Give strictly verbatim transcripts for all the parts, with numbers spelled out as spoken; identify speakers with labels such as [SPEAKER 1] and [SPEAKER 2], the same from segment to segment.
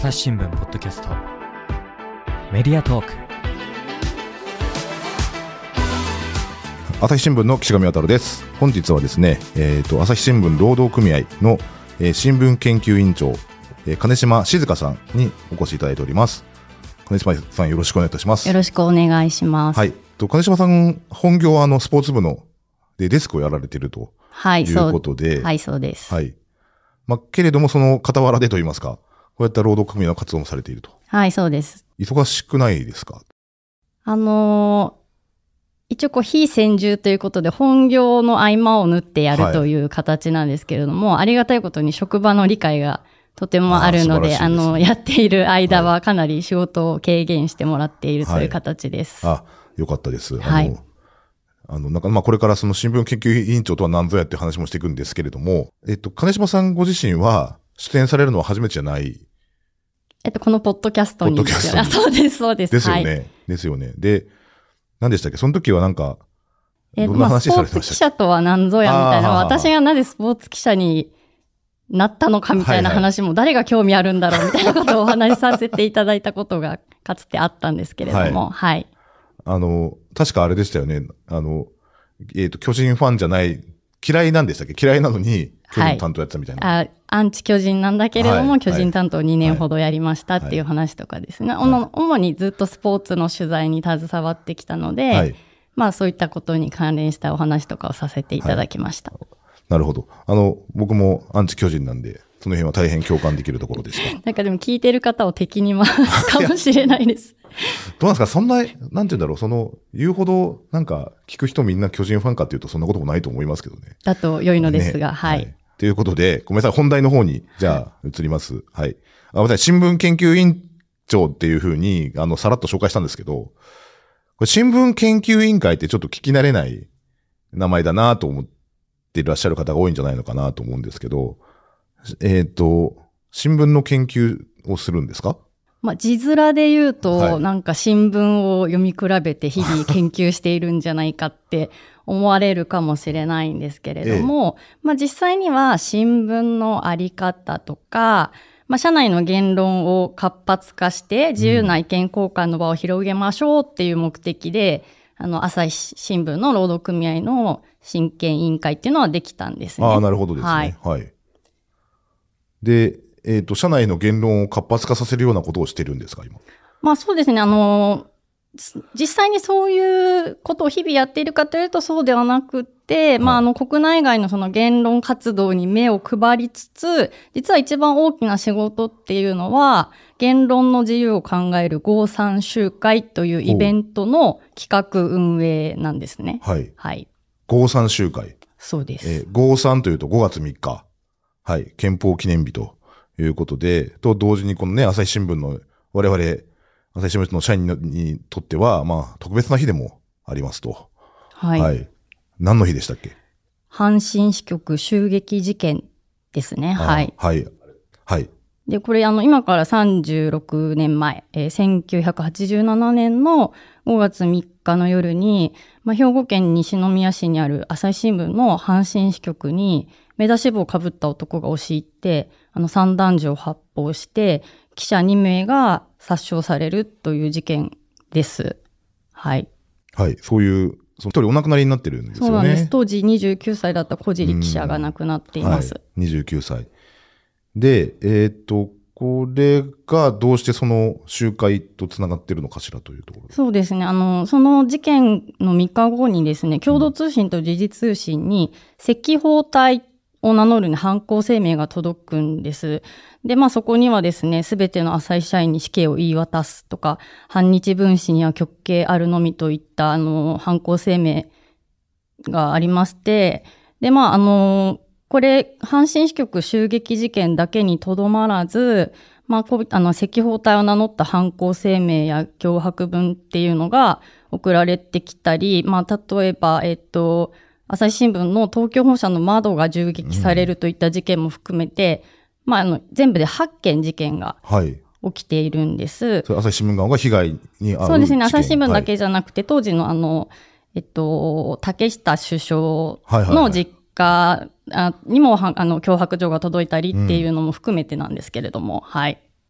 [SPEAKER 1] 朝日新聞ポッドキャストメディアトーク。
[SPEAKER 2] 朝日新聞の岸上渉です。本日はですね、えー、と朝日新聞労働組合の、えー、新聞研究委員長、えー、金島静香さんにお越しいただいております。金島さん、よろしくお願いいたします。
[SPEAKER 3] よろしくお願いします。
[SPEAKER 2] はい、と金島さん、本業はあのスポーツ部のでデスクをやられているということで、
[SPEAKER 3] はい、そうです。
[SPEAKER 2] はい、まあ、けれどもその傍らでといいますか、こういった労働組合の活動もされていると。
[SPEAKER 3] はい、そうです。
[SPEAKER 2] 忙しくないですか？
[SPEAKER 3] あのー、一応こう非専従ということで本業の合間を縫ってやるという形なんですけれども、はい、ありがたいことに職場の理解がとてもあるので、あ, あのやっている間はかなり仕事を軽減してもらっているという形です。
[SPEAKER 2] はいはい、あ、よかったです。
[SPEAKER 3] はい。
[SPEAKER 2] あのあのなんかまあこれからその新聞研究委員長とは何ぞやっていう話もしていくんですけれども、えっと金島さんご自身は出演されるのは初めてじゃない？
[SPEAKER 3] えっとこのポッドキャストに。
[SPEAKER 2] ポッドキャストに。
[SPEAKER 3] あ、そうですそうです。
[SPEAKER 2] ですよね、
[SPEAKER 3] はい、
[SPEAKER 2] ですよね。で、何でしたっけ？その時はなんか
[SPEAKER 3] え
[SPEAKER 2] どんな話されてましたっけ？まあ、
[SPEAKER 3] スポーツ記者とは何ぞやみたいな、私がなぜスポーツ記者になったのかみたいな話も誰が興味あるんだろうみたいなことをお話しさせていただいたことがかつてあったんですけれども、はい。はい、
[SPEAKER 2] あの確かあれでしたよね。あのえっと巨人ファンじゃない嫌いなんでしたっけ？嫌いなのに巨人担当やってたみたいな。
[SPEAKER 3] はい、あアンチ巨人なんだけれども、はい、巨人担当にねんほどやりましたっていう話とかですね。はいはい、主にずっとスポーツの取材に携わってきたので、はい、まあそういったことに関連したお話とかをさせていただきました。はい、
[SPEAKER 2] なるほど。あの僕もアンチ巨人なんで、その辺は大変共感できるところでした。
[SPEAKER 3] なんかでも聞いてる方を敵に回すかもしれないです。
[SPEAKER 2] どうなんですか？そんな、なんて言うんだろう、その、言うほど、なんか、聞く人みんな巨人ファンかっていうと、そんなこともないと思いますけどね。
[SPEAKER 3] だと良いのですが、ね、はい。
[SPEAKER 2] ということで、ごめんなさい、本題の方に、じゃあ、移ります。はい。あ、ごめんなさい、新聞研究委員長っていうふうに、あの、さらっと紹介したんですけど、これ、新聞研究委員会ってちょっと聞き慣れない名前だなと思っていらっしゃる方が多いんじゃないのかなと思うんですけど、えっと、新聞の研究をするんですか？
[SPEAKER 3] まあ、字面で言うと、
[SPEAKER 2] はい、
[SPEAKER 3] なんか新聞を読み比べて日々研究しているんじゃないかって思われるかもしれないんですけれども、ええ、まあ実際には新聞のあり方とか、まあ社内の言論を活発化して自由な意見交換の場を広げましょうっていう目的で、うん、あの朝日新聞の労働組合の新研委員会っていうのはできたんですね。
[SPEAKER 2] ああ、なるほどですね。はい。はい、で、えっと、社内の言論を活発化させるようなことをしてるんですか、今。
[SPEAKER 3] まあそうですね。あの、実際にそういうことを日々やっているかというとそうではなくって、はい、まああの国内外のその言論活動に目を配りつつ、実は一番大きな仕事っていうのは、言論の自由を考えるごさん集会というイベントの企画運営なんですね。
[SPEAKER 2] はい。
[SPEAKER 3] はい。
[SPEAKER 2] ごさん集会。
[SPEAKER 3] そうです。
[SPEAKER 2] えー、ごさんというとごがつみっか。はい。憲法記念日と。ということで、と同時にこのね、朝日新聞の我々、朝日新聞の社員にとっては、まあ、特別な日でもありますと。
[SPEAKER 3] はい。はい。
[SPEAKER 2] 何の日でしたっけ？
[SPEAKER 3] 阪神支局襲撃事件ですね。はい。
[SPEAKER 2] はい。はい。
[SPEAKER 3] で、これ、あの、今からさんじゅうろくねんまえ、えー、せんきゅうひゃくはちじゅうななねんのごがつみっかの夜に、まあ、兵庫県西宮市にある朝日新聞の阪神支局に、目出し帽をかぶった男が押し入って、あの散弾銃を発砲して、記者にめいが殺傷されるという事件です。はい。
[SPEAKER 2] はい。そういう、その一人お亡くなりになってるんですよね。
[SPEAKER 3] そうなんです。当時にじゅうきゅうさいだった小尻記者が亡くなっています。はい、
[SPEAKER 2] にじゅうきゅうさい。で、えっと、これがどうしてその集会とつながってるのかしらというところです。
[SPEAKER 3] そうですね。あの、その事件のみっかごにですね、共同通信と時事通信に赤報隊を名乗る、ね、犯行声明が届くんです。で、まあそこにはですね、すべての朝日社員に死刑を言い渡すとか、反日分子には極刑あるのみといったあの犯行声明がありまして、で、まああの、これ、阪神支局襲撃事件だけにとどまらず、まあ、こあの、赤報隊を名乗った犯行声明や脅迫文っていうのが送られてきたり、まあ、例えば、えっと、朝日新聞の東京本社の窓が銃撃されるといった事件も含めて、うん、まあ、あの、全部ではちけん事件が起きているんです。はい、
[SPEAKER 2] それ朝日新聞側が被害に遭う。
[SPEAKER 3] そうですね。朝日新聞だけじゃなくて、はい、当時のあの、えっと、竹下首相の実家にも、あの、脅迫状が届いたりっていうのも含めてなんですけれども、うん、はい。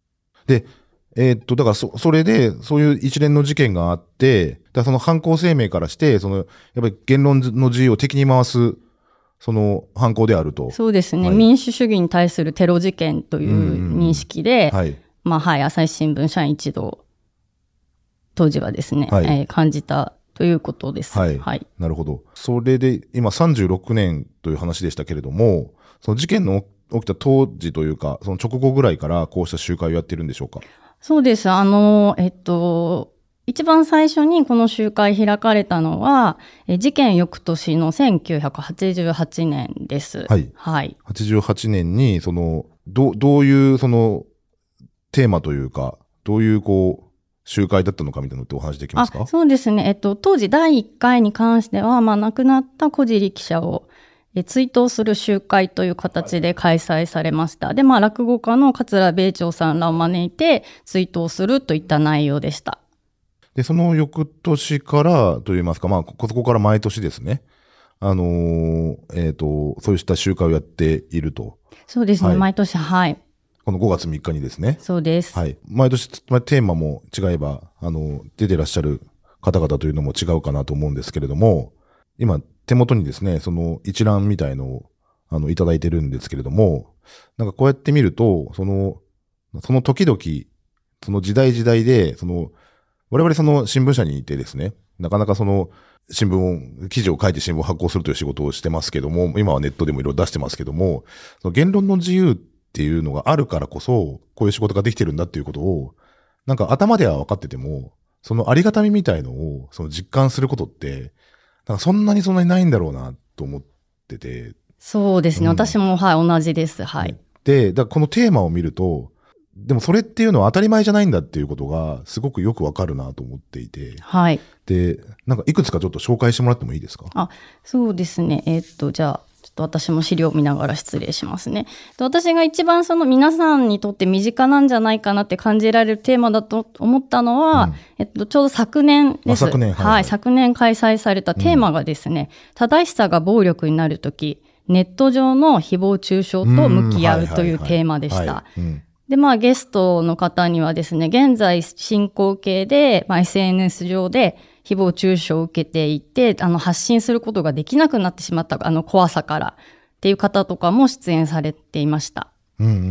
[SPEAKER 2] で、えーっと、だからそ、それで、そういう一連の事件があって、だからその犯行声明からして、その、やっぱり言論の自由を敵に回す、その犯行であると。
[SPEAKER 3] そうですね、
[SPEAKER 2] はい、
[SPEAKER 3] 民主主義に対するテロ事件という認識で、
[SPEAKER 2] はい。
[SPEAKER 3] まあはい、朝日新聞社員一同、当時はですね、
[SPEAKER 2] はい
[SPEAKER 3] えー感じたということです。
[SPEAKER 2] はい。
[SPEAKER 3] はい。
[SPEAKER 2] なるほど。それで、今さんじゅうろくねんという話でしたけれども、その事件の起きた当時というか、その直後ぐらいからこうした集会をやってるんでしょうか？
[SPEAKER 3] そうです。あの、えっと、一番最初にこの集会開かれたのは、え事件翌年のせんきゅうひゃくはちじゅうはちねんです。
[SPEAKER 2] はい。
[SPEAKER 3] はい。
[SPEAKER 2] はちじゅうはちねんに、その、ど、どういう、その、テーマというか、どういう、こう、集会だったのかみたいなのってお話できますか？
[SPEAKER 3] あ、そうですね。えっと、当時だいいっかいに関しては、まあ、亡くなった小尻記者をえ追悼する集会という形で開催されました。で、まあ、落語家の桂米朝さんらを招いて追悼するといった内容でした。
[SPEAKER 2] で、その翌年からといいますか、まあ、ここから毎年ですね、あのー、えっと、そうした集会をやっていると。
[SPEAKER 3] そうですね、
[SPEAKER 2] はい、
[SPEAKER 3] 毎年、はい。
[SPEAKER 2] このごがつみっかにですね。
[SPEAKER 3] そうです。
[SPEAKER 2] はい。毎年、テーマも違えば、あの、出てらっしゃる方々というのも違うかなと思うんですけれども、今、手元にですね、その一覧みたいのを、あの、いただいてるんですけれども、なんかこうやって見ると、その、その時々、その時代時代で、その、我々その新聞社にいてですね、なかなかその、新聞を、記事を書いて新聞を発行するという仕事をしてますけども、今はネットでもいろいろ出してますけども、その言論の自由っていうのがあるからこそ、こういう仕事ができてるんだっていうことを、なんか頭では分かってても、そのありがたみみたいのを、その実感することって、なんかそんなにそんなにないんだろうなと思ってて。
[SPEAKER 3] そうですね。
[SPEAKER 2] うん、
[SPEAKER 3] 私も、はい、同じです。はい。
[SPEAKER 2] で、だからこのテーマを見ると、でもそれっていうのは当たり前じゃないんだっていうことがすごくよくわかるなと思っていて。
[SPEAKER 3] はい。
[SPEAKER 2] で、なんかいくつかちょっと紹介してもらってもいいですか？
[SPEAKER 3] あ、そうですね。えー、っと、じゃあ、ちょっと私も資料を見ながら失礼しますね。私が一番その皆さんにとって身近なんじゃないかなって感じられるテーマだと思ったのは、うん、えっと、ちょうど昨年です。
[SPEAKER 2] 昨年、
[SPEAKER 3] はい、はい、昨年開催されたテーマがですね、うん、正しさが暴力になるとき、ネット上の誹謗中傷と向き合うというテーマでした。で、まあ、ゲストの方にはですね、現在進行形で、まあ、エスエヌエス 上で誹謗中傷を受けていて、あの、発信することができなくなってしまった、あの、怖さからっていう方とかも出演されていました。
[SPEAKER 2] うんうんうんうん。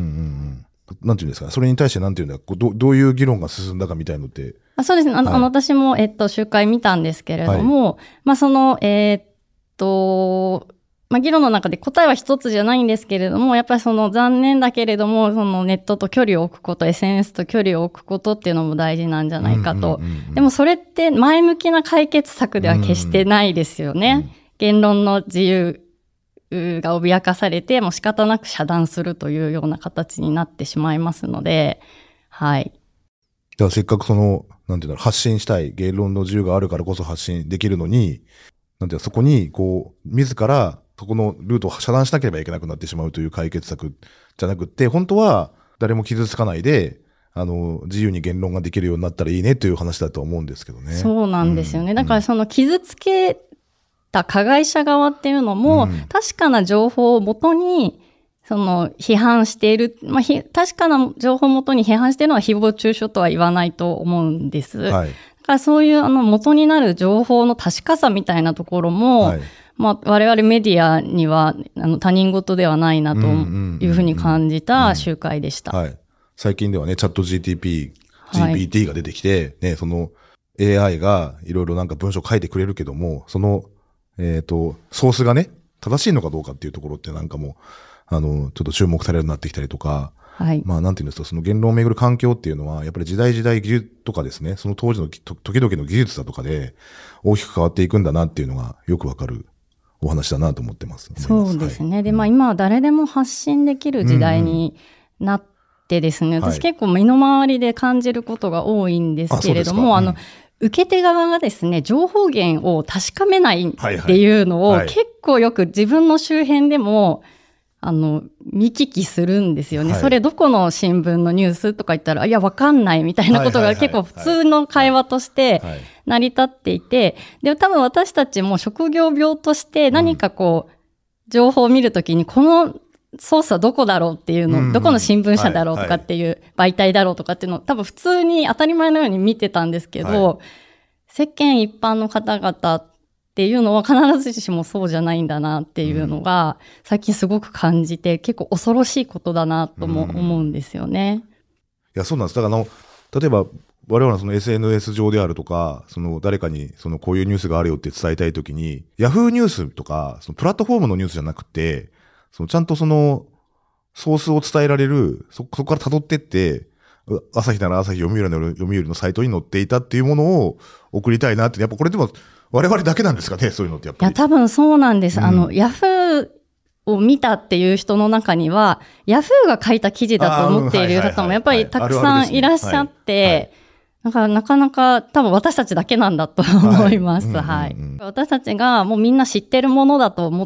[SPEAKER 2] なんていうんですか、それに対してなんていうんだ、ど, どういう議論が進んだかみたいのって。
[SPEAKER 3] あ、そうですね。あの、はい、あの私も、えっと、集会見たんですけれども、はい、まあ、その、えー、っと、まあ、議論の中で答えは一つじゃないんですけれども、やっぱりその残念だけれども、そのネットと距離を置くこと、エスエヌエス と距離を置くことっていうのも大事なんじゃないかと。うんうんうんうん、でもそれって前向きな解決策では決してないですよね。うんうん、言論の自由が脅かされて、もう仕方なく遮断するというような形になってしまいますので、はい。
[SPEAKER 2] だからせっかくその、なんていうんだろう、発信したい言論の自由があるからこそ発信できるのに、なんていうの、そこに、こう、自ら、そこのルートを遮断しなければいけなくなってしまうという解決策じゃなくって、本当は誰も傷つかないで、あの、自由に言論ができるようになったらいいねという話だと思うんですけどね。
[SPEAKER 3] そうなんですよね。うん、だからその傷つけた加害者側っていうのも、うん、確かな情報をもとに、その批判している、まあ、ひ確かな情報をもとに批判しているのは誹謗中傷とは言わないと思うんです。はい、だからそういうあの元になる情報の確かさみたいなところも、はい、まあ、我々メディアにはあの他人事ではないなというふうに感じた集会でした。
[SPEAKER 2] はい。最近ではね、チャット ジーティーピー、ジーピーティー が出てきて、ね、その エーアイ がいろいろなんか文章書いてくれるけども、その、えっと、ソースがね、正しいのかどうかっていうところってなんかもう、あの、ちょっと注目されるようになってきたりとか、はい。まあ、なんていうんですか、その言論をめぐる環境っていうのは、やっぱり時代時代技術とかですね、その当時の時々の技術だとかで大きく変わっていくんだなっていうのがよくわかるお話だなと思ってます。
[SPEAKER 3] そうですね。はい、で、まあ今は誰でも発信できる時代になってですね、うんうん、私結構身の回りで感じることが多いんですけれども、あ、うん、あの、受け手側がですね、情報源を確かめないっていうのを結構よく自分の周辺でも、あの、見聞きするんですよね。はい、それどこの新聞のニュースとか言ったら、いや、わかんないみたいなことが結構普通の会話として成り立っていて、で、多分私たちも職業病として何かこう、情報を見るときに、このソースはどこだろうっていうの、
[SPEAKER 2] うん
[SPEAKER 3] どこの新聞社だろうとかっていう媒体だろうとかっていうのを多分普通に当たり前のように見てたんですけど、はい、世間一般の方々っていうのは必ずしもそうじゃないんだなっていうのが最近すごく感じて、結構恐ろしいことだなとも思うんですよね。
[SPEAKER 2] いや、そうなんです。だからあの、例えば我々のその エスエヌエス 上であるとか、その誰かにそのこういうニュースがあるよって伝えたいときに、ヤフーニュースとか、そのプラットフォームのニュースじゃなくて、そのちゃんとそのソースを伝えられる、そ、そこから辿ってって、朝日なら朝日、読売なら読売のサイトに載っていたっていうものを送りたいなって、やっぱこれでも我々だけなんですかね、そういうのってやっぱり。
[SPEAKER 3] いや、多分そうなんです。
[SPEAKER 2] うん、
[SPEAKER 3] あの、ヤフーを見たっていう人の中には、ヤフーが書いた記事だと思っている方もやっぱりたくさんいらっしゃって、だからなかなか多分私たちだけなんだと思います。はい。はい、私たちがもうみんな知ってるものだと思って、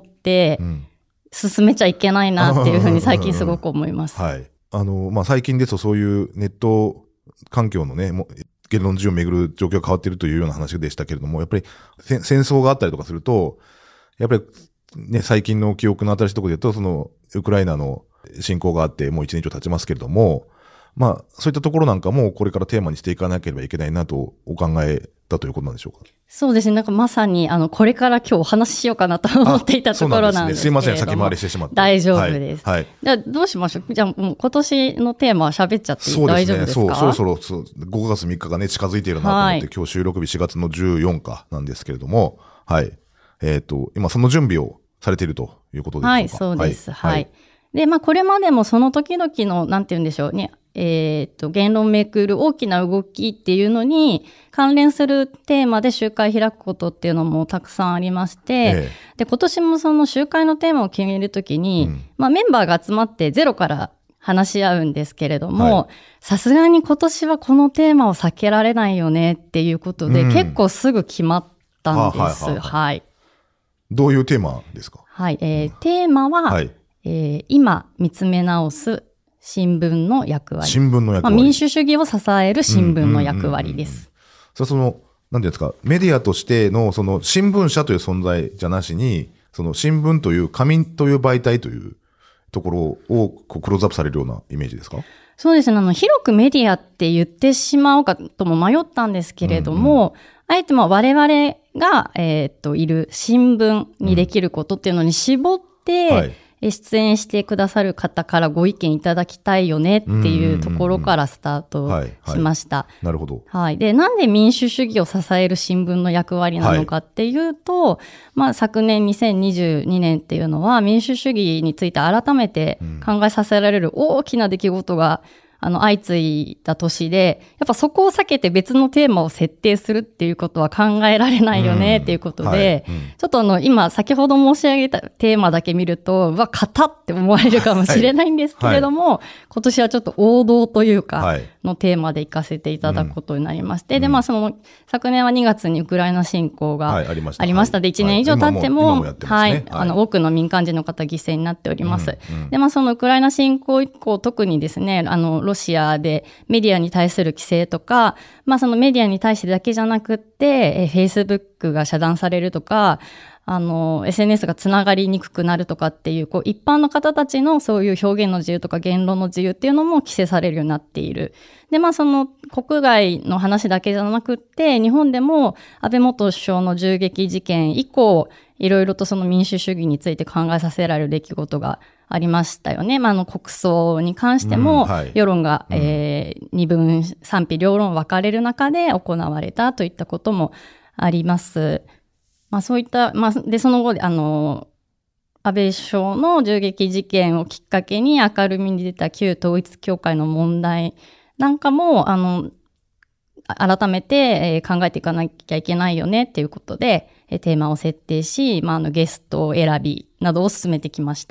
[SPEAKER 3] 進めちゃいけないなっていうふうに最近すごく思います。
[SPEAKER 2] はい。あの、まあ、最近ですとそういうネット環境のね、も言論自由をめぐる状況が変わっているというような話でしたけれども、やっぱり戦争があったりとかすると、やっぱりね、最近の記憶の新しいところで言うと、その、ウクライナの侵攻があってもう一年以上経ちますけれども、まあ、そういったところなんかもこれからテーマにしていかなければいけないなとお考えだということなんでしょうか。
[SPEAKER 3] そうですね。なんかまさに、あの、これから今日お話ししようかなと思っていたところなんですけれども。
[SPEAKER 2] すいません、先回りしてしまって。
[SPEAKER 3] 大丈夫です。
[SPEAKER 2] はい。はい、
[SPEAKER 3] じゃあどうしましょう。じゃあもう今年のテーマは喋っちゃって大丈夫ですか？
[SPEAKER 2] そうですね。そう、そろそろごがつみっかがね、近づいているなと思って、はい、今日収録日しがつのじゅうよっかなんですけれども、はい。えっと、今その準備をされているということでしょうか。
[SPEAKER 3] はい、そうです。はい。はい、で、まあ、これまでもその時々の、なんて言うんでしょうね。えっと、言論めくる大きな動きっていうのに関連するテーマで集会開くことっていうのもたくさんありまして、ええ、で、今年もその集会のテーマを決めるときに、うん、まあ、メンバーが集まってゼロから話し合うんですけれども、さすがに今年はこのテーマを避けられないよねっていうことで、うん、結構すぐ決まったんです。はい、はい。
[SPEAKER 2] どういうテーマですか？
[SPEAKER 3] はい、えー、テーマは、はい、えー、今見つめ直す新聞の役割。
[SPEAKER 2] 新聞の役割。
[SPEAKER 3] まあ、民主主義を支える新聞の役割です。
[SPEAKER 2] さあ、その、なんていうんですか、メディアとしての、その、新聞社という存在じゃなしに、その、新聞という、紙という媒体というところを、こう、クローズアップされるようなイメージですか？
[SPEAKER 3] そうですね。あの、広くメディアって言ってしまおうかとも迷ったんですけれども、うんうん、あえてまあ我々が、えー、っと、いる新聞にできることっていうのに絞って、うんはい、出演してくださる方からご意見いただきたいよねっていうところからスタートしました。
[SPEAKER 2] なるほど。
[SPEAKER 3] はい。で、なんで民主主義を支える新聞の役割なのかっていうと、はい、まあ昨年にせんにじゅうにねんっていうのは民主主義について改めて考えさせられる大きな出来事が、あの、相次いだ年で、やっぱそこを避けて別のテーマを設定するっていうことは考えられないよねっていうことで、はいうん、ちょっとあの、今先ほど申し上げたテーマだけ見ると、うわ、硬って思われるかもしれないんですけれども、はいはい、今年はちょっと王道というか、のテーマで行かせていただくことになりまして、うん、で、まあその、昨年はにがつにウクライナ侵攻がありました。ありましたで、いちねん以上経っても、はい、はい、あの、多くの民間人の方犠牲になっております。うんうん、で、まあそのウクライナ侵攻以降、特にですね、あの、ロシアでメディアに対する規制とか、まあそのメディアに対してだけじゃなくって、え、Facebook が遮断されるとか、あの、エスエヌエス がつながりにくくなるとかっていう、こう、一般の方たちのそういう表現の自由とか言論の自由っていうのも規制されるようになっている。で、まあその国外の話だけじゃなくって、日本でも安倍元首相の銃撃事件以降、いろいろとその民主主義について考えさせられる出来事がありましたよね。まあ、あの国葬に関しても、うんはい、世論が、えー、二分賛否両論分かれる中で行われたといったこともあります。まあそういった、まあ、で、その後で、あの、安倍首相の銃撃事件をきっかけに明るみに出た旧統一教会の問題なんかも、あの、改めて考えていかなきゃいけないよねっていうことで、テーマを設定し、まあ、あの、ゲスト選びなどを進めてきました。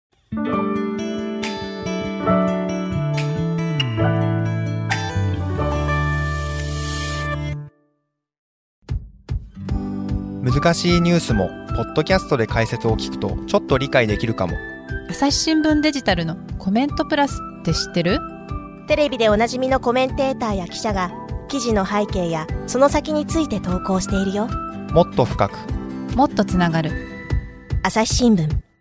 [SPEAKER 4] 難しいニュースもポッドキャストで解説を聞くとちょっと理解できるかも。
[SPEAKER 5] 朝日新聞デジタルのコメントプラスって知ってる？
[SPEAKER 6] テレビでおなじみのコメンテーターや記者が記事の背景やその先について投稿しているよ。
[SPEAKER 4] もっと深く、
[SPEAKER 5] もっとつながる。
[SPEAKER 6] 朝日新聞。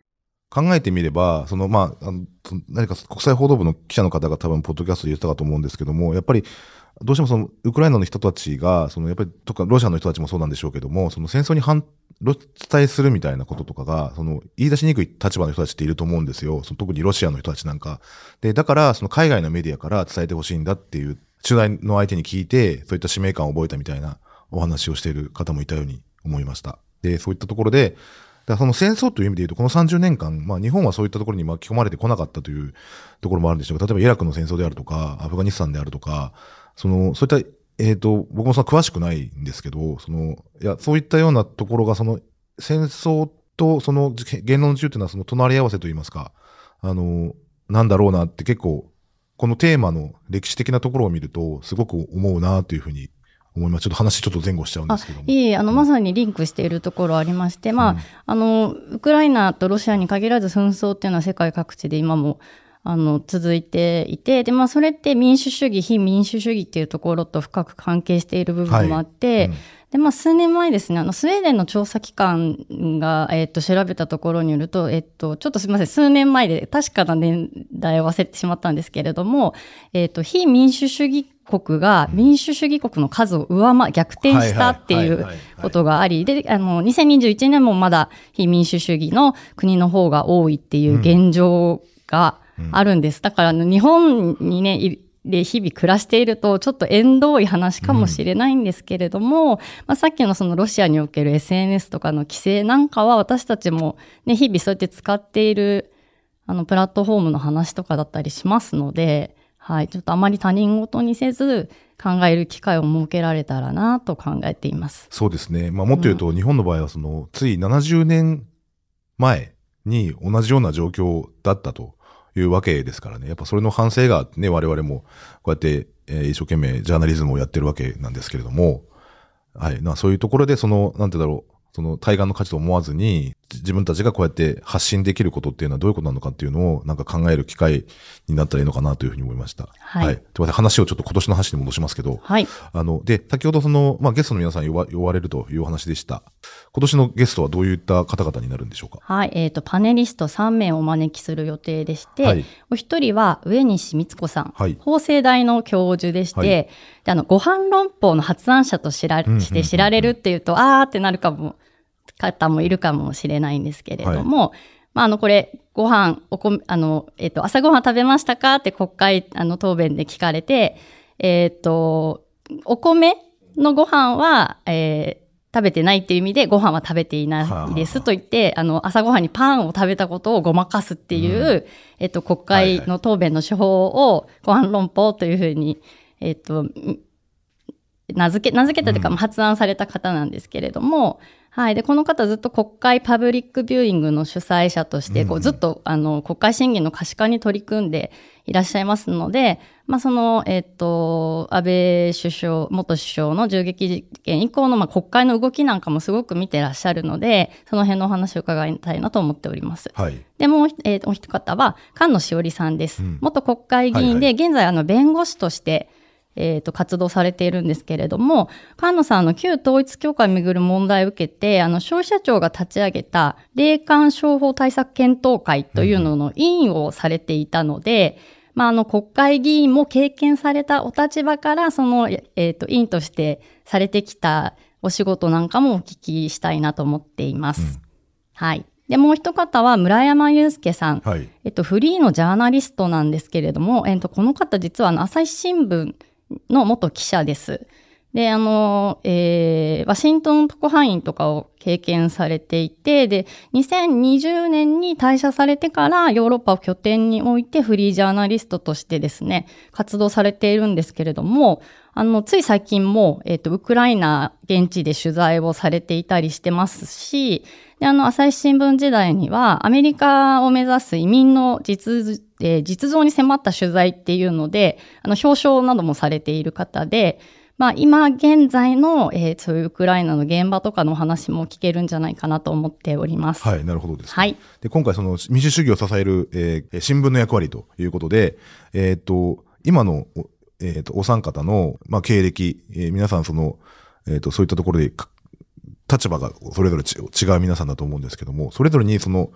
[SPEAKER 2] 考えてみれば、その、まあ、あの何か国際報道部の記者の方が多分、ポッドキャストで言ってたかと思うんですけども、やっぱり、どうしてもその、ウクライナの人たちが、その、やっぱり、とか、ロシアの人たちもそうなんでしょうけども、その戦争に反、伝えするみたいなこととかが、その、言い出しにくい立場の人たちっていると思うんですよ。その特にロシアの人たちなんか。で、だから、その海外のメディアから伝えてほしいんだっていう、取材の相手に聞いて、そういった使命感を覚えたみたいなお話をしている方もいたように思いました。で、そういったところで、だからその戦争という意味で言うと、このさんじゅうねんかん、まあ日本はそういったところに巻き込まれてこなかったというところもあるんでしょうが、例えばイラクの戦争であるとか、アフガニスタンであるとか、その、そういった、えっと、僕もその詳しくないんですけど、その、いや、そういったようなところが、その、戦争とその言論自由というのはその隣り合わせといいますか、あの、なんだろうなって結構、このテーマの歴史的なところを見ると、すごく思うなというふうに思います。ちょっと話ちょっと前後しちゃうんですけども。
[SPEAKER 3] あ、いえいえ、あの、まさにリンクしているところありまして、まあ、うん、あの、ウクライナとロシアに限らず紛争っていうのは世界各地で今も、あの、続いていて、で、まあ、それって民主主義、非民主主義っていうところと深く関係している部分もあって、はい、うん、で、まあ、数年前ですね、あの、スウェーデンの調査機関が、えっと、調べたところによると、えっと、ちょっとすみません、数年前で確かな年代を忘れてしまったんですけれども、えっと、非民主主義国が民主主義国の数を上回、逆転したっていうことがあり、で、あの、にせんにじゅういちねんもまだ非民主主義の国の方が多いっていう現状があるんです。だから、あの、日本にね、で日々暮らしているとちょっと縁遠い話かもしれないんですけれども、うん、まあ、さっきのそのロシアにおける エスエヌエス とかの規制なんかは私たちも、ね、日々そうやって使っているあのプラットフォームの話とかだったりしますので、はい、ちょっとあまり他人事にせず考える機会を設けられたらなと考えています。
[SPEAKER 2] そうですね。まあ、もっと言うと、うん、日本の場合はそのついななじゅうねんまえに同じような状況だったというわけですからね。やっぱそれの反省があってね、我々もこうやって、えー、一生懸命ジャーナリズムをやってるわけなんですけれども、はい。なそういうところでその、なんてだろう、その対岸の価値と思わずに、自分たちがこうやって発信できることっていうのはどういうことなのかっていうのをなんか考える機会になったらいいのかなというふうに思いました。はい。はい、ということで話をちょっと今年の話に戻しますけど、
[SPEAKER 3] はい。
[SPEAKER 2] あの、で、先ほどその、まあゲストの皆さん呼ば、呼ばれるというお話でした。今年のゲストはどういった方々になるんでしょうか。
[SPEAKER 3] はい。えっと、パネリストさんめいをお招きする予定でして、はい、お一人は上西光子さん、はい、法政大の教授でして、はい、であの、ご飯論法の発案者と知ら、して知られるっていうと、あーってなるかも、方もいるかもしれないんですけれども、はい、まあ、あの、これ、ご飯、おこ、あの、えっと、朝ごはん食べましたかって国会、あの、答弁で聞かれて、えっと、お米のご飯は、えー、食べてないっていう意味で、ご飯は食べていないですと言って、あの、朝ごはんにパンを食べたことをごまかすっていう、うん、えっと、国会の答弁の手法を、ご飯論法というふうに、えっと、名付け、名付けたというか、発案された方なんですけれども、はい。で、この方ずっと国会パブリックビューイングの主催者として、こうずっと、あの、国会審議の可視化に取り組んでいらっしゃいますので、まあ、その、えっと、安倍首相、元首相の銃撃事件以降の、まあ、国会の動きなんかもすごく見てらっしゃるので、その辺のお話を伺いたいなと思っております。はい。で、もう、えー、お一方は、菅野志織さんです。うん、元国会議員で、はいはい、現在、あの、弁護士として、えっと、活動されているんですけれども、菅野さんの旧統一教会をめぐる問題を受けて、あの、消費者庁が立ち上げた霊感商法対策検討会というのの委員をされていたので、うん、まあ、あの、国会議員も経験されたお立場から、その、えっと、委員としてされてきたお仕事なんかもお聞きしたいなと思っています。うん、はい。で、もう一方は村山祐介さん。はい。えっと、フリーのジャーナリストなんですけれども、えっと、この方実はあの、朝日新聞の元記者です。で、あの、えー、ワシントン特派員とかを経験されていて、で、にせんにじゅうねんに退社されてからヨーロッパを拠点においてフリージャーナリストとしてですね、活動されているんですけれども、あの、つい最近も、えっと、ウクライナ現地で取材をされていたりしてますし、で、あの、朝日新聞時代には、アメリカを目指す移民の実、えー、実像に迫った取材っていうので、あの、表彰などもされている方で、まあ、今現在の、えー、そういうウクライナの現場とかの話も聞けるんじゃないかなと思っております。
[SPEAKER 2] はい、なるほどです、ね。
[SPEAKER 3] はい。
[SPEAKER 2] で、今回その民主主義を支える、えー、新聞の役割ということで、えっと、今の、えっと、お三方の、まあ、経歴、えー、皆さんその、えっと、そういったところで、立場がそれぞれ違う皆さんだと思うんですけども、それぞれにその、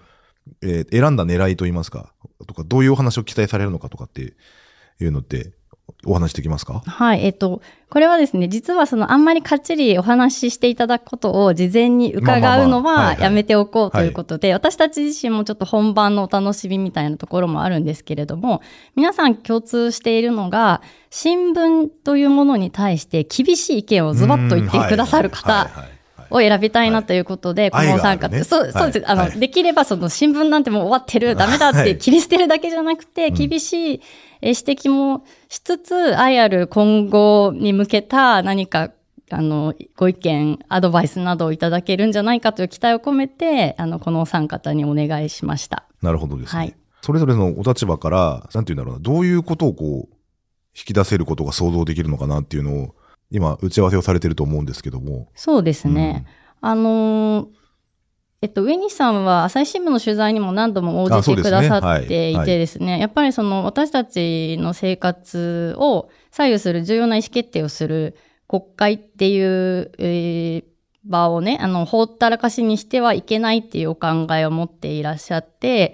[SPEAKER 2] えー、選んだ狙いといいますか、とか、どういうお話を期待されるのかとかっていうのって、お話できますか？
[SPEAKER 3] はい。えっと、これはですね、実はそのあんまりかっちりお話ししていただくことを事前に伺うのはやめておこうということで、私たち自身もちょっと本番のお楽しみみたいなところもあるんですけれども、皆さん共通しているのが、新聞というものに対して厳しい意見をズバッと言ってくださる方を選びたいなということで、このお三方、ね、そう、そうです。あの、はい、できればその新聞なんてもう終わってる、ダメだって切り捨てるだけじゃなくて、厳しい、指摘もしつつ、愛ある今後に向けた何か、あの、ご意見、アドバイスなどをいただけるんじゃないかという期待を込めて、あの、このお三方にお願いしました。
[SPEAKER 2] なるほどですね。はい。それぞれのお立場から、なんていうんだろうな、どういうことをこう、引き出せることが想像できるのかなっていうのを、今、打ち合わせをされてると思うんですけども。
[SPEAKER 3] そうですね。うん、あのー、えっと、上西さんは朝日新聞の取材にも何度も応じてくださっていてですね、やっぱりその私たちの生活を左右する重要な意思決定をする国会っていう、えー、場をね、あの、ほったらかしにしてはいけないっていうお考えを持っていらっしゃって、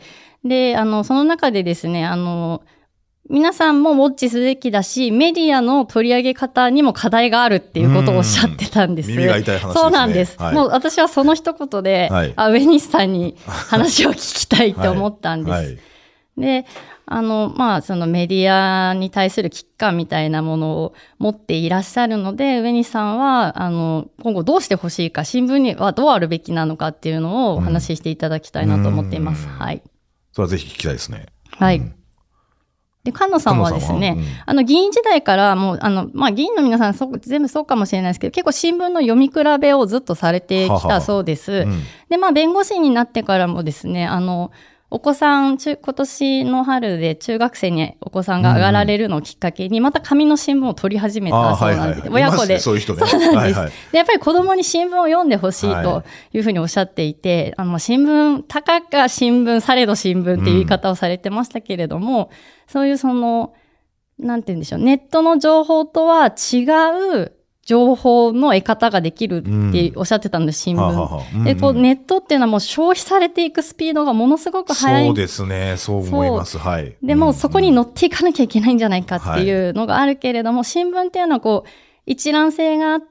[SPEAKER 3] で、あの、その中でですね、あの、皆さんもウォッチすべきだし、メディアの取り上げ方にも課題があるっていうことをおっしゃってたんです。
[SPEAKER 2] 耳が痛い話ですね。
[SPEAKER 3] そうなんです。はい、もう私はその一言で、はい、あ、上西さんに話を聞きたいって思ったんです。はいはい、で、あの、まあ、そのメディアに対する危機感みたいなものを持っていらっしゃるので、上西さんは、あの、今後どうしてほしいか、新聞にはどうあるべきなのかっていうのをお話ししていただきたいなと思っています。はい。
[SPEAKER 2] それはぜひ聞きたいですね。
[SPEAKER 3] はい。
[SPEAKER 2] うん
[SPEAKER 3] で、菅野さんはですね、うん、あの、議員時代からもう、あの、まあ、議員の皆さんそ、全部そうかもしれないですけど、結構新聞の読み比べをずっとされてきたそうです。ははは、うん、で、まあ、弁護士になってからもですね、あの、お子さん、中、今年の春で中学生にお子さんが上がられるのをきっかけに、また紙の新聞を取り始めたそうなんです。親子で。
[SPEAKER 2] そういう人ね。
[SPEAKER 3] そうなんです。
[SPEAKER 2] はいはい、
[SPEAKER 3] で、やっぱり子供に新聞を読んでほしいというふうにおっしゃっていて、はい、あの、新聞、たかが新聞、されど新聞っていう言い方をされてましたけれども、うん、そういうその、なんて言うんでしょう、ネットの情報とは違う情報の得方ができるっておっしゃってたんです、新聞。ははは、うんうん、で、こう、ネットっていうのはもう消費されていくスピードがものすごく速い。
[SPEAKER 2] そうですね、そう思います。はい。
[SPEAKER 3] でも、そこに乗っていかなきゃいけないんじゃないかっていうのがあるけれども、はい、新聞っていうのはこう、一覧性があって、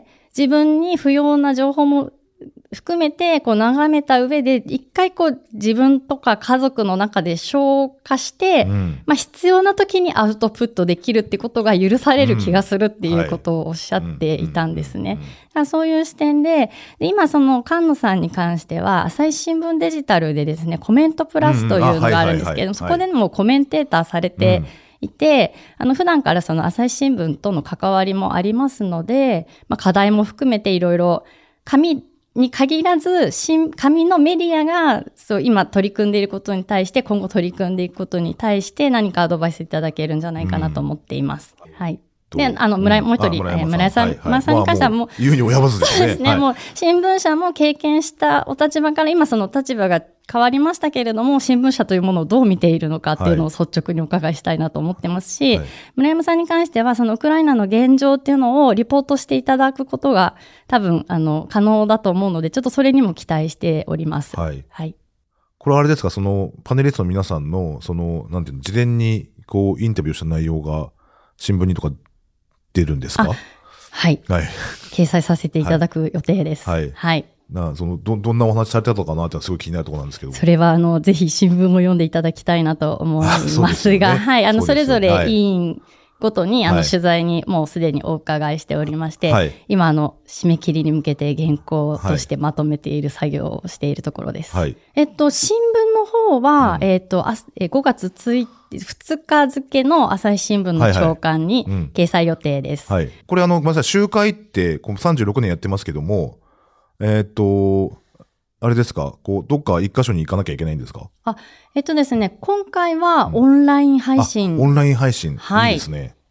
[SPEAKER 3] 自分に不要な情報も含めて、こう眺めた上で、一回こう自分とか家族の中で消化して、うん、まあ必要な時にアウトプットできるってことが許される気がするっていうことをおっしゃっていたんですね。そういう視点で、で今その菅野さんに関しては、朝日新聞デジタルでですね、コメントプラスというのがあるんですけれども、そこでもコメンテーターされて、いて、あの、普段からその朝日新聞との関わりもありますので、まあ課題も含めていろいろ、紙に限らず、新、紙のメディアが、そう、今取り組んでいることに対して、今後取り組んでいくことに対して何かアドバイスいただけるんじゃないかなと思っています。うん、はい。で、あの、村井、もう一人、村井さん、村井さんに関してはもう、
[SPEAKER 2] 言うに及ばずですね。
[SPEAKER 3] そうですね。もう、新聞社も経験したお立場から、今その立場が変わりましたけれども、新聞社というものをどう見ているのかっていうのを率直にお伺いしたいなと思ってますし、はい、村山さんに関しては、そのウクライナの現状っていうのをリポートしていただくことが多分、あの、可能だと思うので、ちょっとそれにも期待しております。
[SPEAKER 2] はい。
[SPEAKER 3] はい。
[SPEAKER 2] これはあれですか、その、パネリストの皆さんの、その、なんていうの、事前に、こう、インタビューした内容が、新聞にとか出るんですか？
[SPEAKER 3] はい。はい。掲載させていただく予定です。
[SPEAKER 2] はい。
[SPEAKER 3] はい。
[SPEAKER 2] なそのどどんなお話されてたのかなってすごい気になるところなんですけど、
[SPEAKER 3] それはあのぜひ新聞も読んでいただきたいなと思いますが、はい、あのそれぞれ委員ごとにあの取材にもうすでにお伺いしておりまして、はい、今あの締め切りに向けて原稿としてまとめている作業をしているところです。はい、えっと新聞の方は、うん、えっとあごがつついふつか付の朝日新聞の朝刊に掲載予定です。
[SPEAKER 2] はいはいうんはい、これあのごめんなさい、集会ってこのさんじゅうろくねんやってますけども。えー、っと、あれですか、こう、どっか一箇所に行かなきゃいけないんですか？
[SPEAKER 3] あ、えっとですね、今回はオンライン配信。
[SPEAKER 2] うん、オンライン配信。はい。いいですね。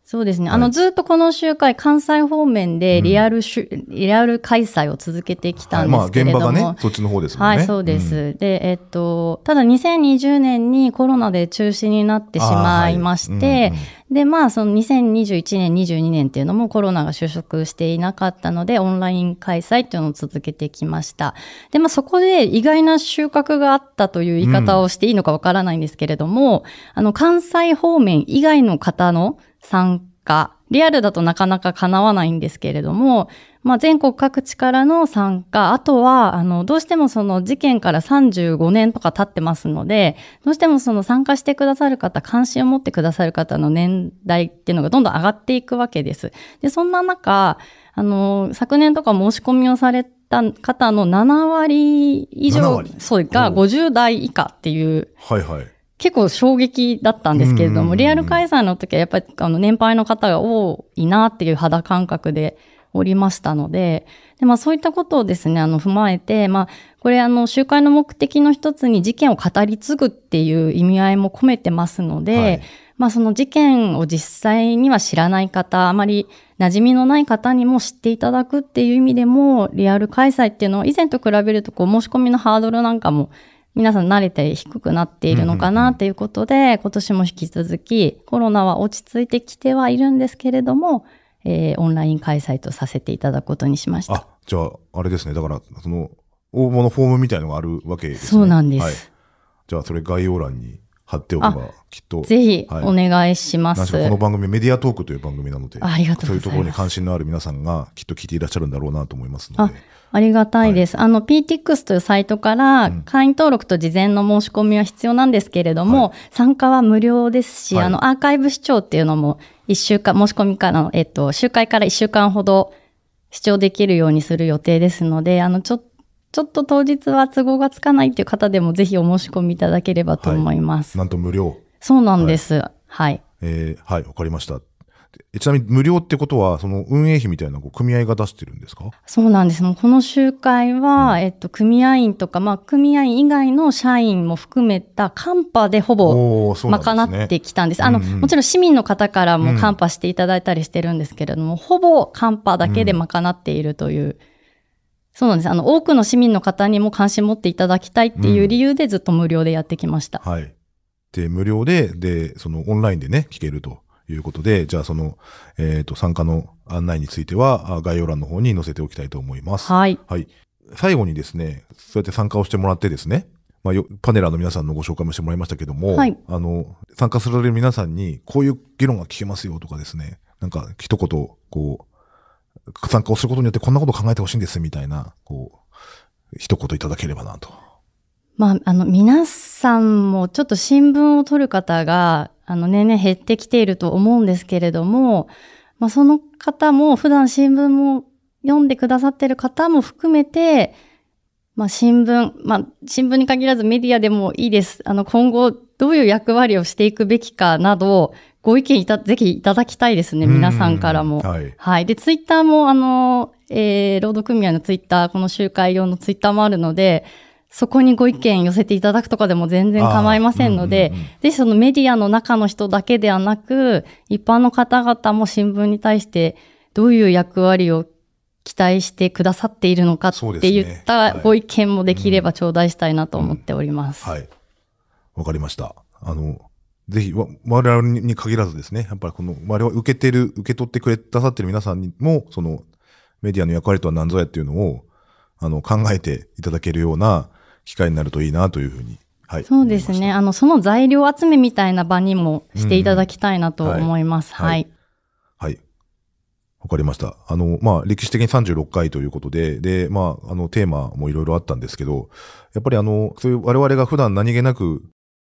[SPEAKER 3] そうですね。
[SPEAKER 2] はい
[SPEAKER 3] あの、ずっとこの集会、関西方面でリアルしゅ、うん、リアル開催を続けてきたんですけれども。
[SPEAKER 2] はい、まあ、現場がね、そっちの方ですもんね。
[SPEAKER 3] はい、そうです。
[SPEAKER 2] うん、
[SPEAKER 3] で、えっと、ただにせんにじゅうねんにコロナで中止になってしまいまして、はいうんうん、で、まあ、そのにせんにじゅういちねん、にじゅうにねんっていうのもコロナが収束していなかったので、オンライン開催っていうのを続けてきました。で、まあ、そこで意外な収穫があったという言い方をしていいのかわからないんですけれども、うん、あの、関西方面以外の方の参加、リアルだとなかなか叶わないんですけれども、まあ、全国各地からの参加、あとは、あの、どうしてもその事件からさんじゅうごねんとか経ってますので、どうしてもその参加してくださる方、関心を持ってくださる方の年代っていうのがどんどん上がっていくわけです。で、そんな中、あの、昨年とか申し込みをされた方のななわり以上、そうがごじゅうだい以下っていう、
[SPEAKER 2] はいはい。
[SPEAKER 3] 結構衝撃だったんですけれども、リアル開催の時はやっぱりあの年配の方が多いなっていう肌感覚でおりましたので、で、まあそういったことをですね、あの踏まえて、まあこれあの集会の目的の一つに事件を語り継ぐっていう意味合いも込めてますので、はい、まあその事件を実際には知らない方、あまり馴染みのない方にも知っていただくっていう意味でも、リアル開催っていうのは以前と比べるとこう申し込みのハードルなんかも皆さん慣れて低くなっているのかなということで、うんうんうん、今年も引き続きコロナは落ち着いてきてはいるんですけれども、えー、オンライン開催とさせていただくことにしました。
[SPEAKER 2] あ、じゃああれですね。だからその応募のフォームみたいのがあるわけですね。
[SPEAKER 3] そうなんです。
[SPEAKER 2] はい、じゃあそれ概要欄に貼っておけばきっと
[SPEAKER 3] ぜひお願いします。
[SPEAKER 2] はい、この番組メディアトークという番組なので、
[SPEAKER 3] ありがとうございます。
[SPEAKER 2] そういうところに関心のある皆さんがきっと聞いていらっしゃるんだろうなと思いますので。
[SPEAKER 3] あありがたいです。はい、あの ピーティックス というサイトから会員登録と事前の申し込みは必要なんですけれども、はい、参加は無料ですし、はい、あのアーカイブ視聴っていうのも一週間、申し込みからの、えっと、集会から一週間ほど視聴できるようにする予定ですので、あの、ちょ、ちょっと当日は都合がつかないっていう方でもぜひお申し込みいただければと思います。
[SPEAKER 2] はい、なんと無料。
[SPEAKER 3] そうなんです。はい。はい、
[SPEAKER 2] えー、はい、わかりました。ちなみに無料ってことは、その運営費みたいなこう組合が出してるんですか？
[SPEAKER 3] そうなんです。もうこの集会は、うん、えっと、組合員とか、まあ、組合員以外の社員も含めたカンパでほぼ賄ってきたんです。あの、うんうん、もちろん市民の方からもカンパしていただいたりしてるんですけれども、うん、ほぼカンパだけで賄っているという、うん、そうなんです。あの、多くの市民の方にも関心持っていただきたいっていう理由でずっと無料でやってきました。
[SPEAKER 2] うん、はい。で、無料で、で、そのオンラインでね、聞けると。いうことで、じゃあその、えっと、参加の案内については、概要欄の方に載せておきたいと思います。
[SPEAKER 3] はい。
[SPEAKER 2] はい。最後にですね、そうやって参加をしてもらってですね、まあ、パネラーの皆さんのご紹介もしてもらいましたけども、はい、あの、参加される皆さんに、こういう議論が聞けますよとかですね、なんか一言、こう、参加をすることによってこんなこと考えてほしいんですみたいな、こう、一言いただければなと。
[SPEAKER 3] まあ、あの、皆さんもちょっと新聞を取る方が、あの、年々減ってきていると思うんですけれども、まあ、その方も、普段新聞も読んでくださっている方も含めて、まあ、新聞、まあ、新聞に限らずメディアでもいいです。あの、今後、どういう役割をしていくべきかなど、ご意見いた、ぜひいただきたいですね、皆さんからも。はい。はい。で、ツイッターも、あの、えー、労働組合のツイッター、この集会用のツイッターもあるので、そこにご意見寄せていただくとかでも全然構いませんので、うんうんうん、ぜひそのメディアの中の人だけではなく、一般の方々も新聞に対してどういう役割を期待してくださっているのかっていったご意見もできれば頂戴したいなと思っております。
[SPEAKER 2] うんうん、はい。わかりました。あの、ぜひ、我々に限らずですね、やっぱりこの、我々受けてる、受け取ってくれくださってる皆さんにも、その、メディアの役割とは何ぞやっていうのを、あの、考えていただけるような、機会になるといいなというふうに、はい。
[SPEAKER 3] そうですね。あの、その材料集めみたいな場にもしていただきたいなと思います。うんうん、はい。
[SPEAKER 2] はい。わ、はい、かりました。あの、まあ、歴史的にさんじゅうろっかいということで、で、まあ、あの、テーマもいろいろあったんですけど、やっぱりあの、そういう我々が普段何気なく、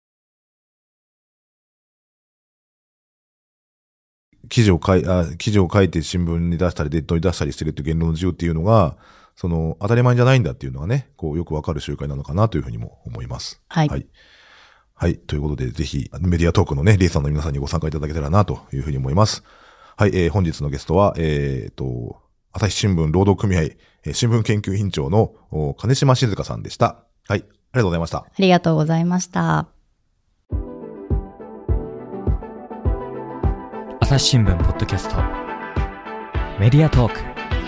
[SPEAKER 2] 記事を書い、あ、記事を書いて新聞に出したり、ネットに出したりしてるっていう言論の自由っていうのが、その、当たり前じゃないんだっていうのがね、こう、よくわかる集会なのかなというふうにも思います。
[SPEAKER 3] はい。
[SPEAKER 2] はい。はい。ということで、ぜひ、メディアトークのね、リーさんの皆さんにご参加いただけたらなというふうに思います。はい。えー、本日のゲストは、えっと、朝日新聞労働組合、えー、新聞研究委員長の金島静香さんでした。はい。ありがとうございました。あ
[SPEAKER 3] りがとうございました。
[SPEAKER 1] 朝日新聞ポッドキャストメディアトーク。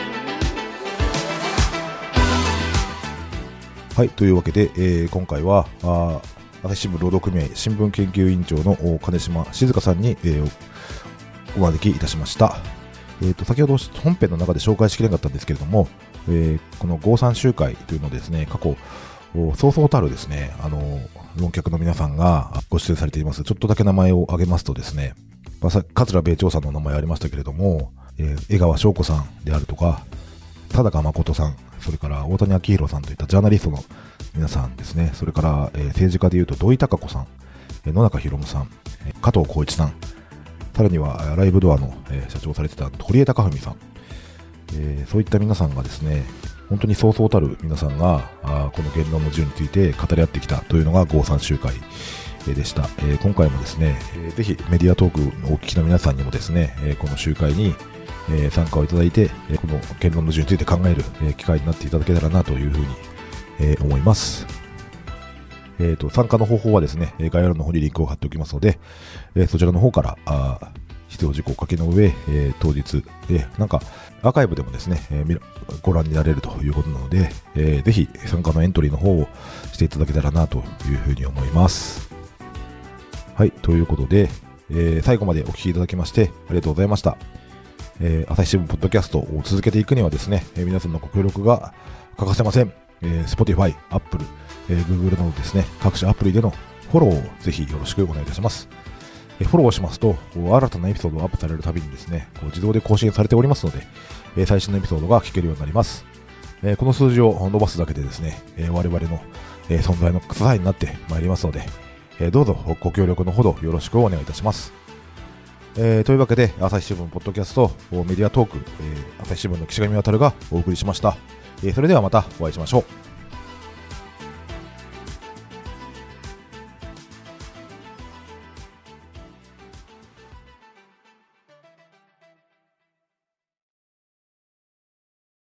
[SPEAKER 2] はい、というわけで、えー、今回はあ朝日新聞労働組合新聞研究委員長の金島静香さんに、えー、お招きいたしました。えーと、先ほど本編の中で紹介しきれなかったんですけれども、えー、このごさん集会というのをですね、過去そうそうたるですね、あの論客の皆さんがご出演されています。ちょっとだけ名前を挙げますとですね、桂米朝さんの名前ありましたけれども、えー、江川翔子さんであるとか、田中誠さん、それから大谷昭宏さんといったジャーナリストの皆さんですね、それから、えー、政治家でいうと土井孝子さん、えー、野中宏さん、えー、加藤浩一さん、さらにはライブドアの、えー、社長をされてた堀江貴文さん、えー、そういった皆さんがですね、本当にそうそうたる皆さんがあこの言論の自由について語り合ってきたというのがごさん集会でした。えー、今回もですね、えー、ぜひメディアトークのお聞きの皆さんにもですね、えー、この集会に、えー、参加をいただいて、えー、この言論の自由について考える、えー、機会になっていただけたらなというふうに、えー、思います。えーと、参加の方法はですね、概要欄の方にリンクを貼っておきますので、えー、そちらの方からあ必要事項を書きの上、えー、当日、えー、なんかアーカイブでもですね、えー、ご覧になれるということなので、えー、ぜひ参加のエントリーの方をしていただけたらなというふうに思います。はい、ということで、えー、最後までお聞きいただきましてありがとうございました。えー、朝日新聞ポッドキャストを続けていくにはですね、えー、皆さんのご協力が欠かせません。えー、Spotify、Apple、えー、Google などですね、各種アプリでのフォローをぜひよろしくお願いいたします。えー、フォローをしますと、新たなエピソードをアップされるたびにですね、こう自動で更新されておりますので、えー、最新のエピソードが聞けるようになります。えー、この数字を伸ばすだけでですね、えー、我々の、えー、存在の支えになってまいりますので、えー、どうぞご協力のほどよろしくお願いいたします。えー、というわけで、朝日新聞ポッドキャストメディアトーク、えー、朝日新聞の岸上渉がお送りしました。えー、それではまたお会いしましょう。